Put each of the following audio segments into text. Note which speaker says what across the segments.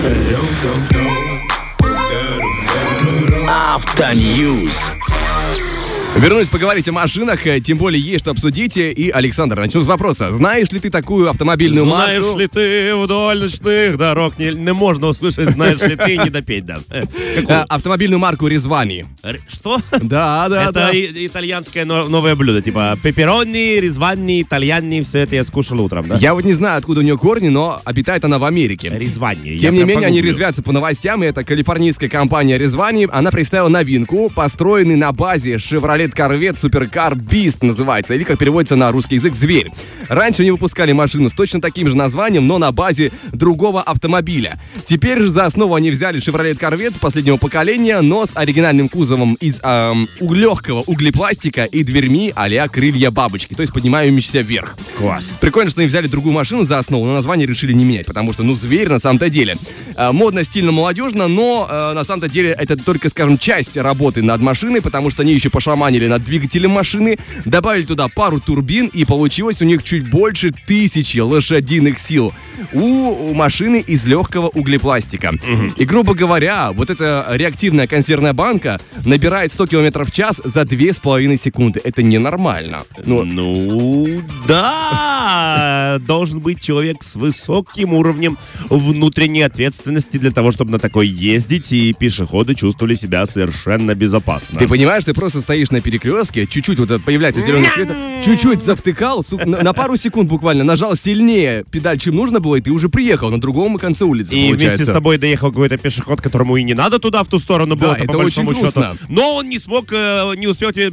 Speaker 1: Автоньюз. Вернусь поговорить о машинах, тем более есть что обсудить. И, Александр, начну с вопроса. Знаешь ли ты такую автомобильную марку?
Speaker 2: Знаешь ли ты вдоль ночных дорог? Не можно услышать, знаешь ли ты, не допеть, да.
Speaker 1: Автомобильную марку Резвани.
Speaker 2: Что?
Speaker 1: Да.
Speaker 2: Это итальянское новое блюдо, типа пепперони, Резвани, итальяни, все это я скушал утром, да?
Speaker 1: Я вот не знаю, откуда у нее корни, но обитает она в Америке.
Speaker 2: Резвани.
Speaker 1: Тем не менее, они резвятся по новостям, и это калифорнийская компания Резвани. Она представила новинку, построенный на базе Chevrolet Corvette Supercar Beast называется, или как переводится на русский язык, зверь. Раньше они выпускали машину с точно таким же названием, но на базе другого автомобиля. Теперь же за основу они взяли Chevrolet Corvette последнего поколения, но с оригинальным кузовом из легкого углепластика и дверьми а-ля крылья бабочки, то есть поднимающиеся вверх.
Speaker 2: Класс.
Speaker 1: Прикольно, что они взяли другую машину за основу, но название решили не менять, потому что, зверь на самом-то деле. Модно, стильно, молодежно, но на самом-то деле это только, скажем, часть работы над машиной, потому что они еще пошаманили над двигателем машины, добавили туда пару турбин, и получилось у них чуть больше 1000 лошадиных сил у машины из легкого углепластика. И, грубо говоря, вот эта реактивная консервная банка набирает 100 км в час за 2,5 секунды. Это ненормально.
Speaker 2: Да! Должен быть человек с высоким уровнем внутренней ответственности для того, чтобы на такой ездить, и пешеходы чувствовали себя совершенно безопасно.
Speaker 1: Ты понимаешь, ты просто стоишь на перекрестке, чуть-чуть вот появляется зеленый свет, чуть-чуть завтыкал, на пару секунд буквально нажал сильнее педаль, чем нужно было, и ты уже приехал на другом конце улицы.
Speaker 2: И
Speaker 1: получается.
Speaker 2: вместе с тобой доехал какой-то пешеход, которому и не надо туда, в ту сторону было,
Speaker 1: это
Speaker 2: по большому
Speaker 1: очень грустно.
Speaker 2: счету. Но он не смог, не успел тебе...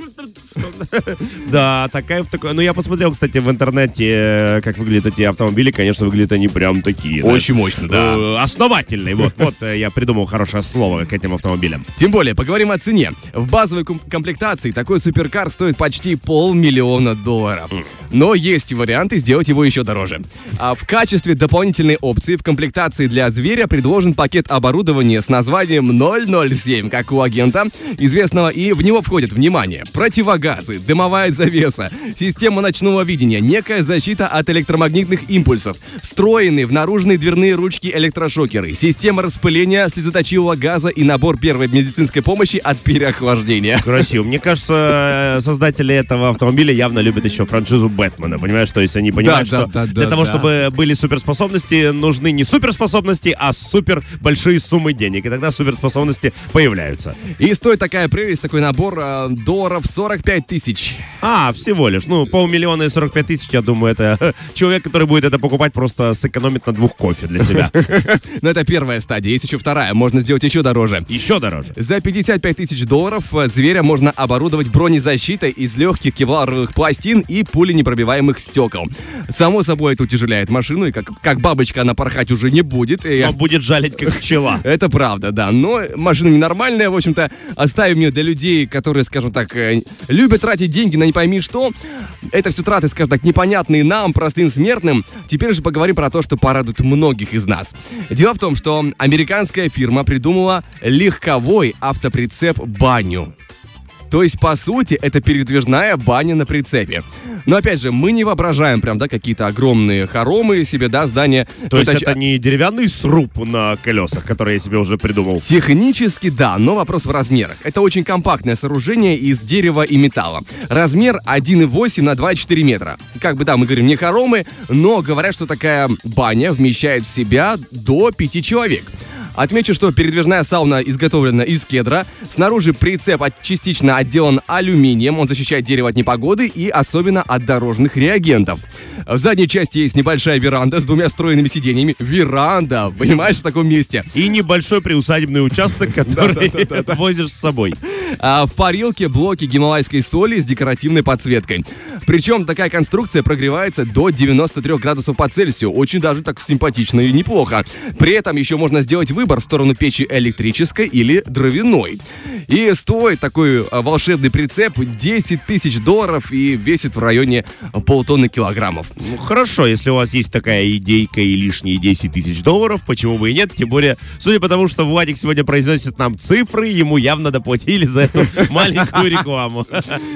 Speaker 2: Да, такая... Ну, я посмотрел, кстати, в интернете, как выглядят эти автомобили. Конечно, выглядят они прям такие.
Speaker 1: Очень мощно, да.
Speaker 2: Основательные. Вот я придумал хорошее слово к этим автомобилям.
Speaker 1: Тем более, поговорим о цене. В базовой комплектации такой суперкар стоит почти $500 000. Но есть варианты сделать его еще дороже. А в качестве дополнительной опции в комплектации для зверя предложен пакет оборудования с названием 007, как у агента известного, и в него входят, внимание, противогазы, дымовая завеса, система ночного видения, некая защита от электромагнитных импульсов, встроенные в наружные дверные ручки электрошокеры, система распыления слезоточивого газа и набор первой медицинской помощи от переохлаждения.
Speaker 2: Красиво. Мне кажется, создатели этого автомобиля явно любят еще франшизу Бэтмена, понимаешь? То есть они понимают, что для того, чтобы были суперспособности, нужны не суперспособности, а супер большие суммы денег. И тогда суперспособности появляются.
Speaker 1: И стоит такая прелесть, такой набор долларов 45 тысяч.
Speaker 2: Всего лишь. $500 000 и 45 тысяч, я думаю, это человек, который будет это покупать, просто сэкономит на 2 кофе для себя.
Speaker 1: Но это первая стадия. Есть еще вторая. Можно сделать еще дороже.
Speaker 2: Еще дороже.
Speaker 1: За $55 000 зверя можно оборудовать бронезащитой из легких кевларовых пластин и пуленепробиваемых стекол. Само собой, это утяжеляет машину, и как бабочка она порхать уже не будет.
Speaker 2: Но будет жалить, как пчела.
Speaker 1: Это правда, да. Но машина ненормальная, в общем-то, оставим ее для людей, которые, скажем так, любят тратить деньги на не пойми что. Это все траты, скажем так, непонятные нам, простым смертным. Теперь же поговорим про то, что порадует многих из нас. Дело в том, что американская фирма придумала легковой автоприцеп-баню. То есть, по сути, это передвижная баня на прицепе. Но, опять же, мы не воображаем прям, какие-то огромные хоромы себе, здания.
Speaker 2: То есть это не деревянный сруб на колесах, который я себе уже придумал?
Speaker 1: Технически, да, но вопрос в размерах. Это очень компактное сооружение из дерева и металла. Размер 1,8 на 2,4 метра. Мы говорим, не хоромы, но говорят, что такая баня вмещает в себя до 5 человек. Отмечу, что передвижная сауна изготовлена из кедра. Снаружи прицеп частично отделан алюминием. Он защищает дерево от непогоды и особенно от дорожных реагентов. В задней части есть небольшая веранда с 2 встроенными сиденьями. Веранда, понимаешь, в таком месте.
Speaker 2: И небольшой приусадебный участок, который возишь с собой.
Speaker 1: В парилке блоки гималайской соли с декоративной подсветкой. Причем такая конструкция прогревается до 93 градусов по Цельсию. Очень даже так симпатично и неплохо. При этом еще можно сделать вывод, выбор в сторону печи электрической или дровяной. И стоит такой волшебный прицеп $10 тысяч и весит в районе полтонны килограммов.
Speaker 2: Ну, хорошо, если у вас есть такая идейка и лишние $10 тысяч, почему бы и нет? Тем более, судя по тому, что Владик сегодня произносит нам цифры, ему явно доплатили за эту маленькую рекламу.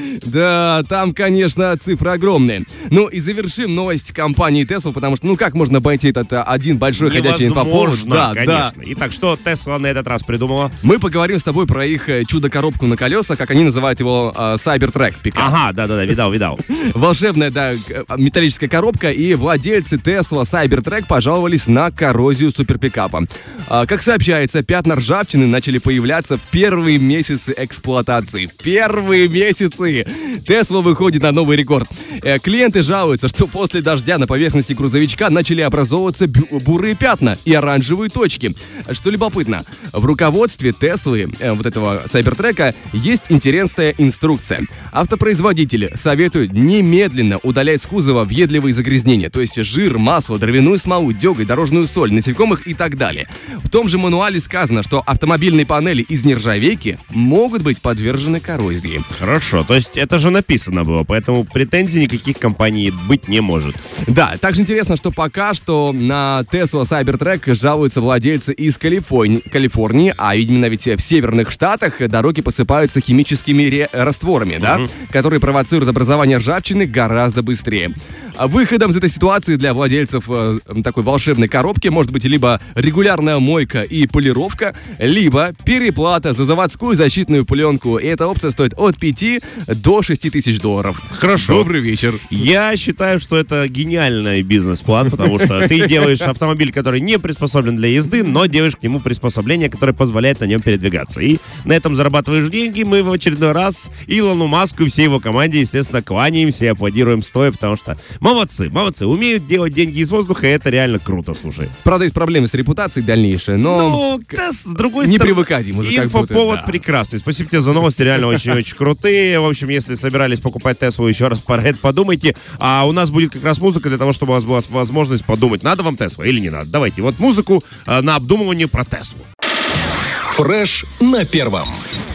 Speaker 1: Да, там, конечно, цифры огромные. Ну и завершим новость компании Tesla, потому что, как можно обойти этот один большой ходячий инфоповод?
Speaker 2: Да, конечно. Итак, что Tesla на этот раз придумала?
Speaker 1: Мы поговорим с тобой про их чудо-коробку на колесах, как они называют его, Cybertruck пикап.
Speaker 2: Ага, да-да-да, видал.
Speaker 1: Волшебная, металлическая коробка, и владельцы Tesla Cybertruck пожаловались на коррозию суперпикапа. Как сообщается, пятна ржавчины начали появляться в первые месяцы эксплуатации. Первые месяцы! Tesla выходит на новый рекорд. Клиенты жалуются, что после дождя на поверхности грузовичка начали образовываться бурые пятна и оранжевые точки. Что любопытно, в руководстве Теслы, вот этого Cybertruck, есть интересная инструкция. Автопроизводители советуют немедленно удалять с кузова въедливые загрязнения, то есть жир, масло, дровяную смолу, деготь, дорожную соль, насекомых и так далее. В том же мануале сказано, что автомобильные панели из нержавейки могут быть подвержены коррозии.
Speaker 2: Хорошо, то есть это же написано было, поэтому претензий никаких компаний быть не может.
Speaker 1: Да, также интересно, что пока что на Tesla Cybertruck жалуются владельцы из Калифорнии, а именно ведь в северных штатах дороги посыпаются химическими растворами, которые провоцируют образование ржавчины гораздо быстрее. Выходом из этой ситуации для владельцев такой волшебной коробки может быть либо регулярная мойка и полировка, либо переплата за заводскую защитную пленку. И эта опция стоит от $5 до $6 тысяч.
Speaker 2: Хорошо.
Speaker 1: Добрый вечер.
Speaker 2: Я считаю, что это гениальный бизнес-план, потому что ты делаешь автомобиль, который не приспособлен для езды, но делаешь к нему приспособление, которое позволяет на нем передвигаться. И на этом зарабатываешь деньги. Мы в очередной раз Илону Маску и всей его команде, естественно, кланяемся и аплодируем стоя, потому что молодцы, умеют делать деньги из воздуха, и это реально круто, слушай.
Speaker 1: Правда, есть проблемы с репутацией дальнейшие, но
Speaker 2: с другой
Speaker 1: не привыкать ему.
Speaker 2: Инфоповод прекрасный. Спасибо тебе за новости, реально очень-очень крутые. В общем, если собирались покупать Теслу, еще раз про это подумайте. А у нас будет как раз музыка для того, чтобы у вас была возможность подумать, надо вам Тесла или не надо. Давайте вот музыку на обдумывание про Теслу.
Speaker 3: Фреш на первом.